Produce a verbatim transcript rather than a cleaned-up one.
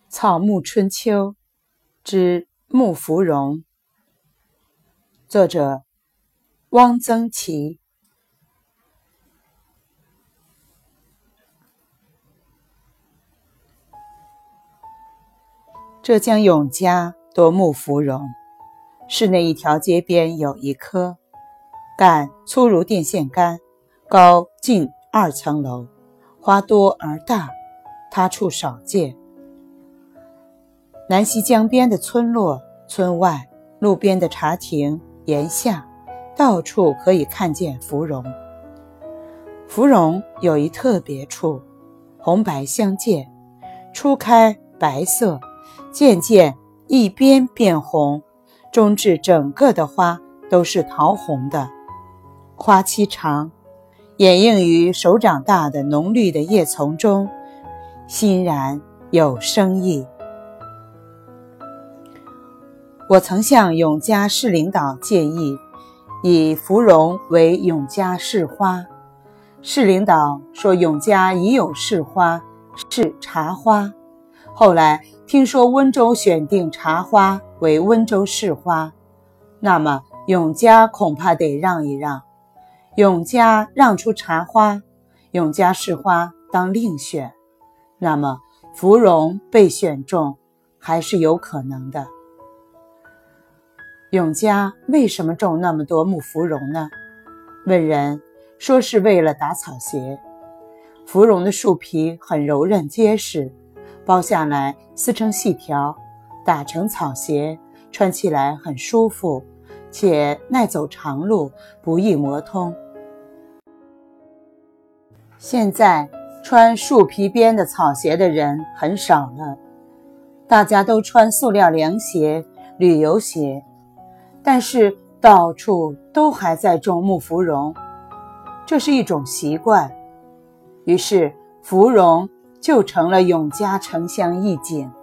草木春秋之木芙蓉，作者汪曾祺。浙江永嘉多木芙蓉，市内一条街边有一棵，干粗如电线杆，高近二层楼，花多而大，他处少见。南溪江边的村落、村外、路边的茶亭、檐下，到处可以看见芙蓉。芙蓉有一特别处，红白相间，初开白色，渐渐一边变红，终至整个的花都是桃红的。花期长，掩映于手掌大的浓绿的叶丛中，欣然有生意。我曾向永嘉市领导建议，以芙蓉为永嘉市花。市领导说永嘉已有市花，是茶花。后来听说温州选定茶花为温州市花，那么永嘉恐怕得让一让。永嘉让出茶花，永嘉市花当另选，那么芙蓉被选中还是有可能的。永嘉为什么种那么多木芙蓉呢？问人说是为了打草鞋。芙蓉的树皮很柔韧结实，剥下来撕成细条，打成草鞋，穿起来很舒服，且耐走长路，不易磨通。现在穿树皮边的草鞋的人很少了，大家都穿塑料凉鞋、旅游鞋，但是到处都还在种木芙蓉，这是一种习惯。于是芙蓉就成了永嘉城乡一景。